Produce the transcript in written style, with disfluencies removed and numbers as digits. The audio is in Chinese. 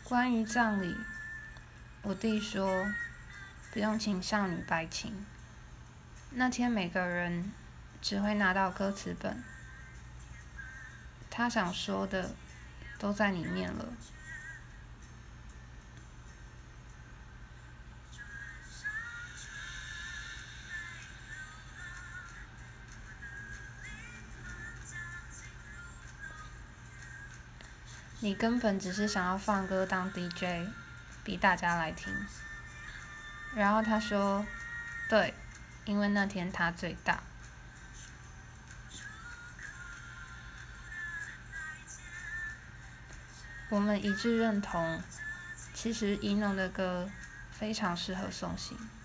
关于葬礼，我弟说不用请少女白琴，那天每个人只会拿到歌词本，他想说的都在里面了。你根本只是想要放歌当 DJ， 逼大家来听。然后他说，对，因为那天他最大。我们一致认同，其实宜农的歌非常适合送行。